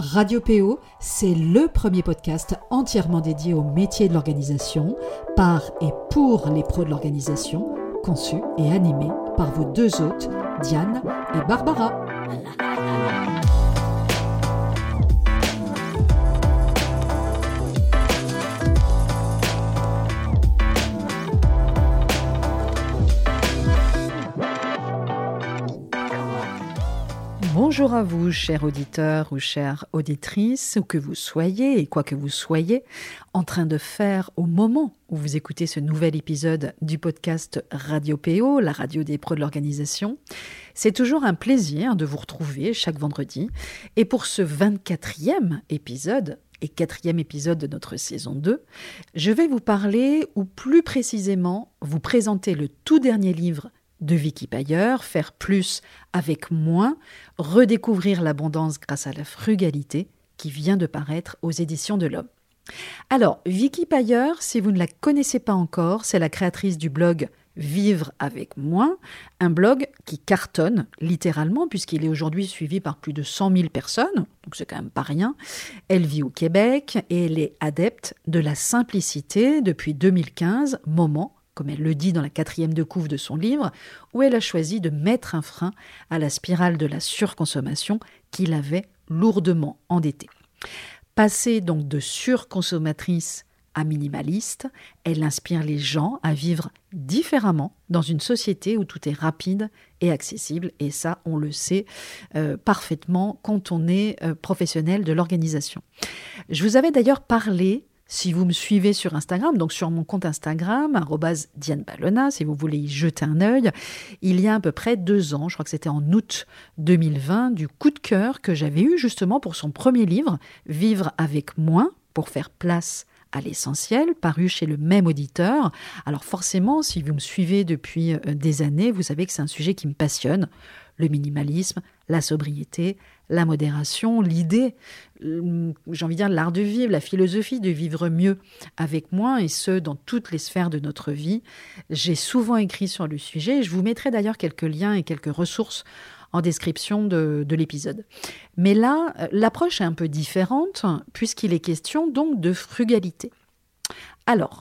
Radio PO, c'est le premier podcast entièrement dédié au métier de l'organisation, par et pour les pros de l'organisation, conçu et animé par vos deux hôtes, Diane et Barbara. Bonjour à vous, chers auditeurs ou chères auditrices, où que vous soyez et quoi que vous soyez en train de faire au moment où vous écoutez ce nouvel épisode du podcast Radio PO, la radio des pros de l'organisation. C'est toujours un plaisir de vous retrouver chaque vendredi. Et pour ce 24e épisode, et 4e épisode de notre saison 2, je vais vous parler, ou plus précisément, vous présenter le tout dernier livre de Vicky Payer, faire plus avec moins, redécouvrir l'abondance grâce à la frugalité, qui vient de paraître aux éditions de l'Homme. Alors, Vicky Payer, si vous ne la connaissez pas encore, c'est la créatrice du blog Vivre avec moins, un blog qui cartonne littéralement puisqu'il est aujourd'hui suivi par plus de 100 000 personnes, donc c'est quand même pas rien. Elle vit au Québec et elle est adepte de la simplicité depuis 2015, moment, comme elle le dit dans la 4e de couve de son livre, où elle a choisi de mettre un frein à la spirale de la surconsommation qui l'avait lourdement endettée. Passée donc de surconsommatrice à minimaliste, elle inspire les gens à vivre différemment dans une société où tout est rapide et accessible. Et ça, on le sait parfaitement quand on est professionnel de l'organisation. Je vous avais d'ailleurs parlé, si vous me suivez sur Instagram, donc sur mon compte Instagram, @DianeBallona, si vous voulez y jeter un œil, il y a à peu près 2 ans, je crois que c'était en août 2020, du coup de cœur que j'avais eu justement pour son premier livre, Vivre avec moins, pour faire place à l'essentiel, paru chez le même auditeur. Alors forcément, si vous me suivez depuis des années, vous savez que c'est un sujet qui me passionne. Le minimalisme, la sobriété, la modération, l'idée, j'ai envie de dire l'art de vivre, la philosophie de vivre mieux avec moins, et ce, dans toutes les sphères de notre vie. J'ai souvent écrit sur le sujet, et je vous mettrai d'ailleurs quelques liens et quelques ressources en description de l'épisode. Mais là, l'approche est un peu différente, puisqu'il est question donc de frugalité. Alors,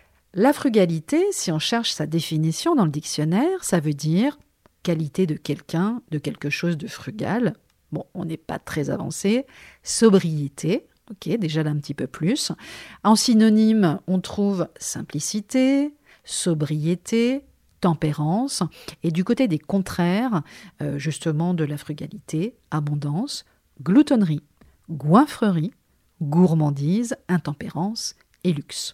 la frugalité, si on cherche sa définition dans le dictionnaire, ça veut dire qualité de quelqu'un, de quelque chose de frugal. Bon, on n'est pas très avancé. Sobriété, ok, déjà là un petit peu plus. En synonyme, on trouve simplicité, sobriété, tempérance. Et du côté des contraires, justement de la frugalité, abondance, gloutonnerie, goinfrerie, gourmandise, intempérance et luxe.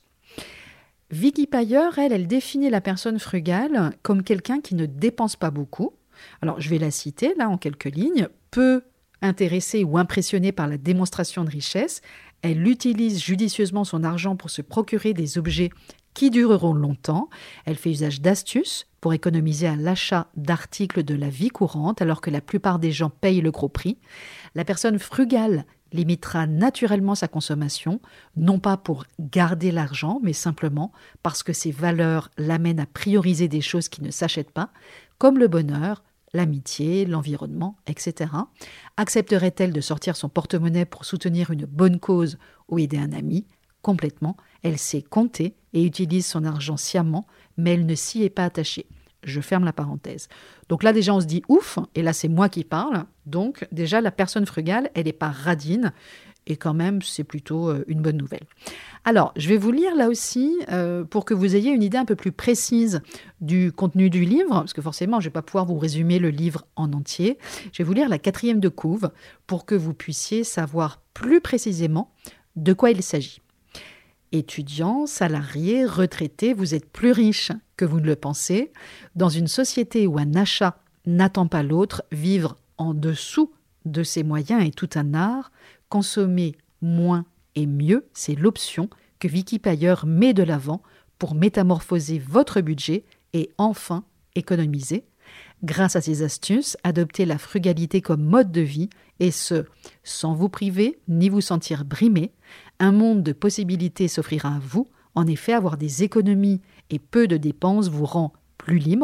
Vicky Payer, elle définit la personne frugale comme quelqu'un qui ne dépense pas beaucoup. Alors, je vais la citer là en quelques lignes. Peu intéressée ou impressionnée par la démonstration de richesse, elle utilise judicieusement son argent pour se procurer des objets qui dureront longtemps. Elle fait usage d'astuces pour économiser à l'achat d'articles de la vie courante, alors que la plupart des gens payent le gros prix. La personne frugale limitera naturellement sa consommation, non pas pour garder l'argent, mais simplement parce que ses valeurs l'amènent à prioriser des choses qui ne s'achètent pas, comme le bonheur, l'amitié, l'environnement, etc. Accepterait-elle de sortir son porte-monnaie pour soutenir une bonne cause ou aider un ami ? Complètement. Elle sait compter et utilise son argent sciemment, mais elle ne s'y est pas attachée. Je ferme la parenthèse. Donc là, déjà, on se dit ouf, et là, c'est moi qui parle. Donc, déjà, la personne frugale, elle n'est pas radine, et quand même, c'est plutôt une bonne nouvelle. Alors, je vais vous lire là aussi, pour que vous ayez une idée un peu plus précise du contenu du livre, parce que forcément, je ne vais pas pouvoir vous résumer le livre en entier. Je vais vous lire la 4e de couve, pour que vous puissiez savoir plus précisément de quoi il s'agit. Étudiants, salariés, retraités, vous êtes plus riches que vous ne le pensez. Dans une société où un achat n'attend pas l'autre, vivre en dessous de ses moyens est tout un art. Consommer moins et mieux, c'est l'option que Vicky Payer met de l'avant pour métamorphoser votre budget et enfin économiser. Grâce à ces astuces, adoptez la frugalité comme mode de vie et ce, sans vous priver ni vous sentir brimé. Un monde de possibilités s'offrira à vous. En effet, avoir des économies et peu de dépenses vous rend plus libre,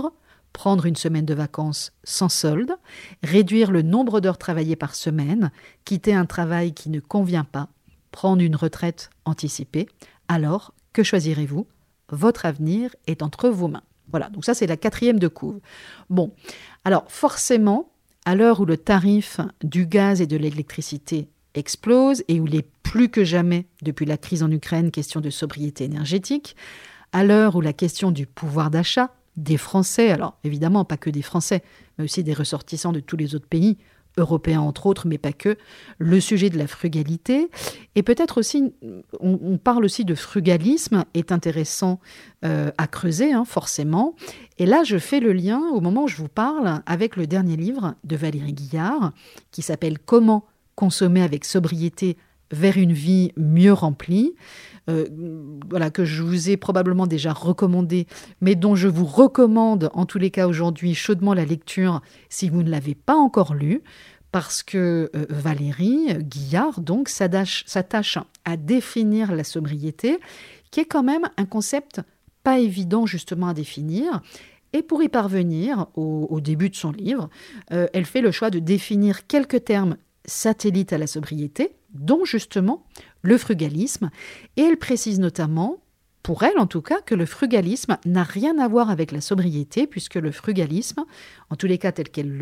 prendre une semaine de vacances sans solde, réduire le nombre d'heures travaillées par semaine, quitter un travail qui ne convient pas, prendre une retraite anticipée. Alors, que choisirez-vous ? Votre avenir est entre vos mains. Voilà, donc ça c'est la 4e de couve. Bon, alors forcément, à l'heure où le tarif du gaz et de l'électricité explose et où il est plus que jamais, depuis la crise en Ukraine, question de sobriété énergétique, à l'heure où la question du pouvoir d'achat des Français, alors évidemment pas que des Français, mais aussi des ressortissants de tous les autres pays, européens entre autres, mais pas que, le sujet de la frugalité, et peut-être aussi, on parle aussi de frugalisme, est intéressant à creuser, forcément. Et là, je fais le lien, au moment où je vous parle, avec le dernier livre de Valérie Guillard, qui s'appelle « Comment consommer avec sobriété vers une vie mieux remplie », que je vous ai probablement déjà recommandé, mais dont je vous recommande en tous les cas aujourd'hui chaudement la lecture si vous ne l'avez pas encore lu, parce que Valérie Guillard donc s'attache à définir la sobriété, qui est quand même un concept pas évident justement à définir. Et pour y parvenir, au début de son livre, elle fait le choix de définir quelques termes satellites à la sobriété, dont justement le frugalisme, et elle précise notamment, pour elle en tout cas, que le frugalisme n'a rien à voir avec la sobriété, puisque le frugalisme, en tous les cas tel qu'elle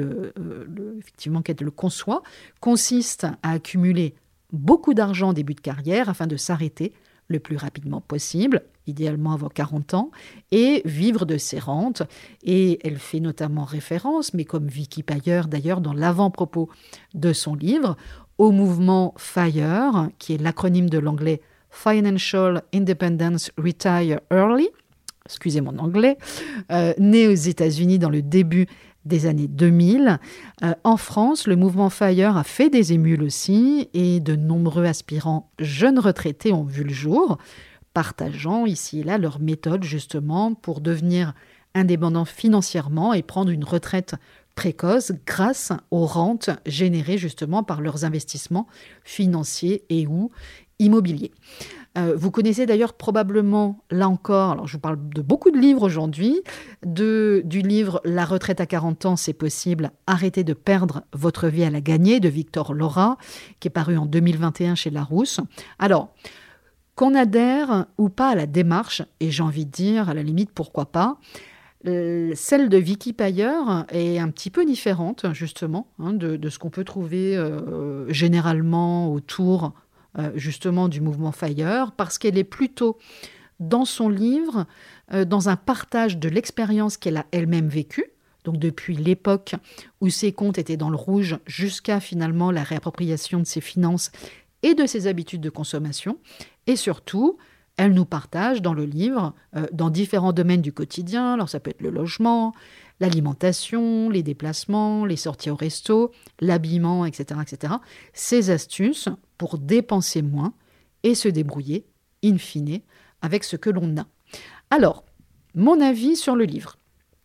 le conçoit, consiste à accumuler beaucoup d'argent en début de carrière afin de s'arrêter le plus rapidement possible, idéalement avant 40 ans, et vivre de ses rentes. Et elle fait notamment référence, mais comme Vicky Payer d'ailleurs dans l'avant-propos de son livre, au mouvement FIRE, qui est l'acronyme de l'anglais Financial Independence Retire Early, excusez mon anglais, né aux États-Unis dans le début des années 2000. En France, le mouvement FIRE a fait des émules aussi, et de nombreux aspirants jeunes retraités ont vu le jour, partageant ici et là leurs méthodes justement pour devenir indépendants financièrement et prendre une retraite précoce grâce aux rentes générées justement par leurs investissements financiers et ou immobiliers. Vous connaissez d'ailleurs probablement, là encore, alors je vous parle de beaucoup de livres aujourd'hui, du livre « La retraite à 40 ans, c'est possible, arrêtez de perdre votre vie à la gagner » de Victor Laura, qui est paru en 2021 chez Larousse. Alors, qu'on adhère ou pas à la démarche, et j'ai envie de dire, à la limite, pourquoi pas, celle de Vicky Payer est un petit peu différente, justement, de ce qu'on peut trouver généralement autour justement du mouvement FIRE, parce qu'elle est plutôt dans son livre, dans un partage de l'expérience qu'elle a elle-même vécue, donc depuis l'époque où ses comptes étaient dans le rouge jusqu'à finalement la réappropriation de ses finances et de ses habitudes de consommation, et surtout, elle nous partage dans le livre, dans différents domaines du quotidien, alors ça peut être le logement, l'alimentation, les déplacements, les sorties au resto, l'habillement, etc., ces astuces pour dépenser moins et se débrouiller, in fine, avec ce que l'on a. Alors, mon avis sur le livre.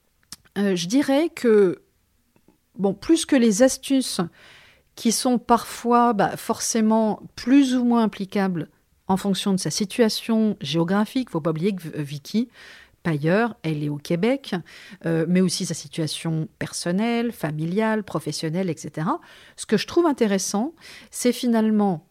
Je dirais que, plus que les astuces qui sont parfois forcément plus ou moins applicables en fonction de sa situation géographique. Il ne faut pas oublier que Vicky Payer, elle est au Québec, mais aussi sa situation personnelle, familiale, professionnelle, etc. Ce que je trouve intéressant, c'est finalement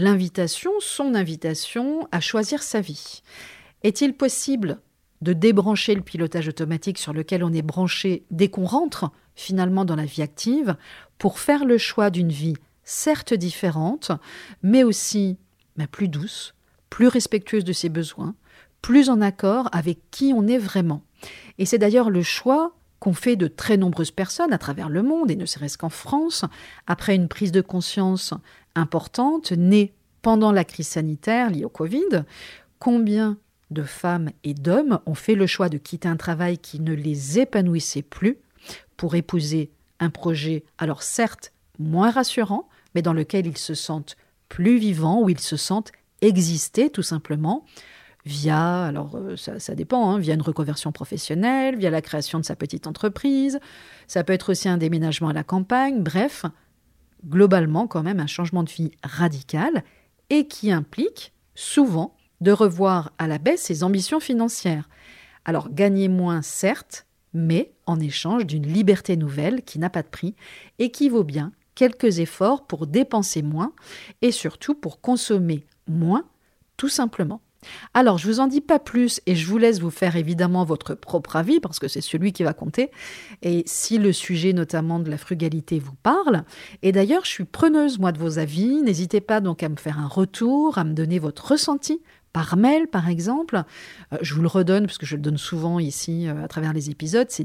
son invitation à choisir sa vie. Est-il possible de débrancher le pilotage automatique sur lequel on est branché dès qu'on rentre finalement dans la vie active pour faire le choix d'une vie certes différente, mais aussi plus douce, plus respectueuse de ses besoins, plus en accord avec qui on est vraiment. Et c'est d'ailleurs le choix qu'ont fait de très nombreuses personnes à travers le monde, et ne serait-ce qu'en France, après une prise de conscience importante, née pendant la crise sanitaire liée au Covid. Combien de femmes et d'hommes ont fait le choix de quitter un travail qui ne les épanouissait plus pour épouser un projet, alors certes moins rassurant, mais dans lequel ils se sentent plus vivants, où ils se sentent exister tout simplement, via, alors ça dépend, via une reconversion professionnelle, via la création de sa petite entreprise, ça peut être aussi un déménagement à la campagne, bref, globalement quand même un changement de vie radical et qui implique souvent de revoir à la baisse ses ambitions financières. Alors gagner moins certes, mais en échange d'une liberté nouvelle qui n'a pas de prix et qui vaut bien quelques efforts pour dépenser moins et surtout pour consommer moins, tout simplement. Alors, je vous en dis pas plus et je vous laisse vous faire évidemment votre propre avis parce que c'est celui qui va compter. Et si le sujet notamment de la frugalité vous parle, et d'ailleurs, je suis preneuse moi de vos avis, n'hésitez pas donc à me faire un retour, à me donner votre ressenti par mail par exemple. Je vous le redonne parce que je le donne souvent ici à travers les épisodes, c'est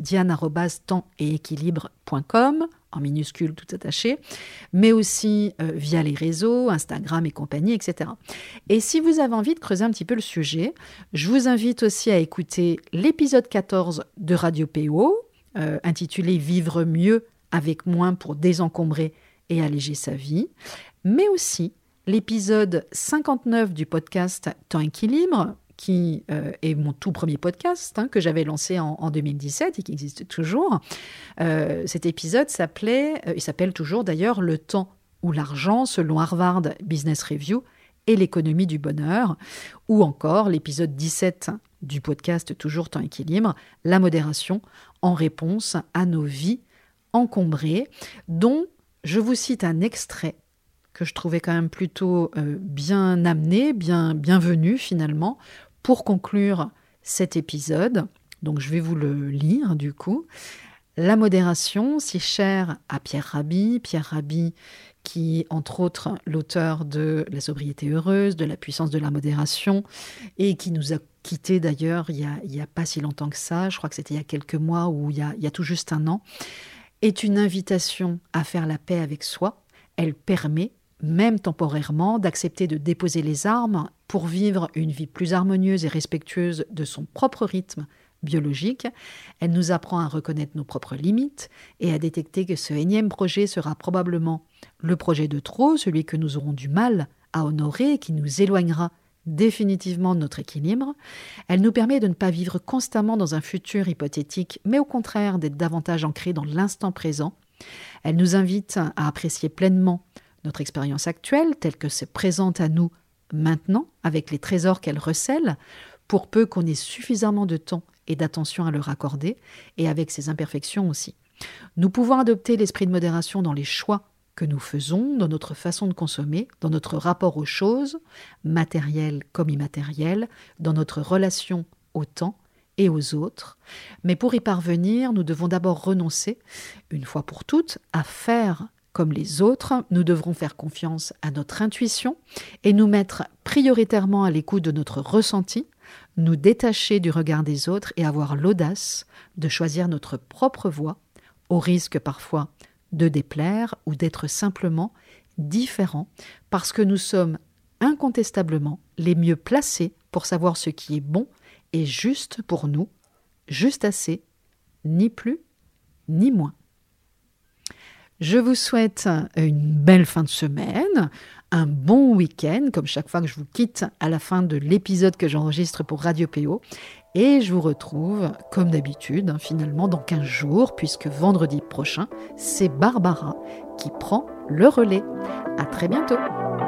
diane@temps-et-équilibre.com en minuscule tout attaché, mais aussi via les réseaux, Instagram et compagnie, etc. Et si vous avez envie de creuser un petit peu le sujet, je vous invite aussi à écouter l'épisode 14 de Radio PO, intitulé « Vivre mieux avec moins pour désencombrer et alléger sa vie », mais aussi l'épisode 59 du podcast Temps Équilibre, qui est mon tout premier podcast que j'avais lancé en 2017 et qui existe toujours. Cet épisode il s'appelle toujours d'ailleurs « Le temps ou l'argent » selon Harvard Business Review et l'économie du bonheur, ou encore l'épisode 17 du podcast toujours Temps Équilibre, la modération en réponse à nos vies encombrées, dont je vous cite un extrait que je trouvais quand même plutôt bien amené, bienvenu finalement, pour conclure cet épisode. Donc je vais vous le lire du coup. La modération, si chère à Pierre Rabhi qui est entre autres l'auteur de La sobriété heureuse, de La puissance de la modération, et qui nous a quittés d'ailleurs il y a pas si longtemps que ça, je crois que c'était il y a quelques mois ou il y a tout juste un an, est une invitation à faire la paix avec soi. Elle permet même temporairement, d'accepter de déposer les armes pour vivre une vie plus harmonieuse et respectueuse de son propre rythme biologique. Elle nous apprend à reconnaître nos propres limites et à détecter que ce énième projet sera probablement le projet de trop, celui que nous aurons du mal à honorer et qui nous éloignera définitivement de notre équilibre. Elle nous permet de ne pas vivre constamment dans un futur hypothétique, mais au contraire d'être davantage ancrés dans l'instant présent. Elle nous invite à apprécier pleinement notre expérience actuelle, telle que se présente à nous maintenant, avec les trésors qu'elle recèle, pour peu qu'on ait suffisamment de temps et d'attention à leur accorder, et avec ses imperfections aussi. Nous pouvons adopter l'esprit de modération dans les choix que nous faisons, dans notre façon de consommer, dans notre rapport aux choses, matérielles comme immatérielles, dans notre relation au temps et aux autres. Mais pour y parvenir, nous devons d'abord renoncer, une fois pour toutes, à faire comme les autres. Nous devrons faire confiance à notre intuition et nous mettre prioritairement à l'écoute de notre ressenti, nous détacher du regard des autres et avoir l'audace de choisir notre propre voie, au risque parfois de déplaire ou d'être simplement différents, parce que nous sommes incontestablement les mieux placés pour savoir ce qui est bon et juste pour nous, juste assez, ni plus ni moins. Je vous souhaite une belle fin de semaine, un bon week-end, comme chaque fois que je vous quitte à la fin de l'épisode que j'enregistre pour Radio PO. Et je vous retrouve, comme d'habitude, finalement dans 15 jours, puisque vendredi prochain, c'est Barbara qui prend le relais. À très bientôt.